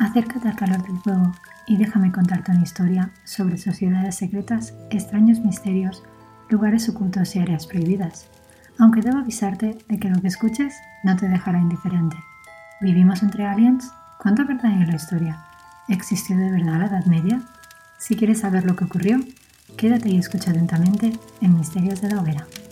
Acércate al calor del fuego y déjame contarte una historia sobre sociedades secretas, extraños misterios, lugares ocultos y áreas prohibidas. Aunque debo avisarte de que lo que escuches no te dejará indiferente. ¿Vivimos entre aliens? ¿Cuánta verdad hay en la historia? ¿Existió de verdad la Edad Media? Si quieres saber lo que ocurrió, quédate y escucha atentamente en Misterios de la Hoguera.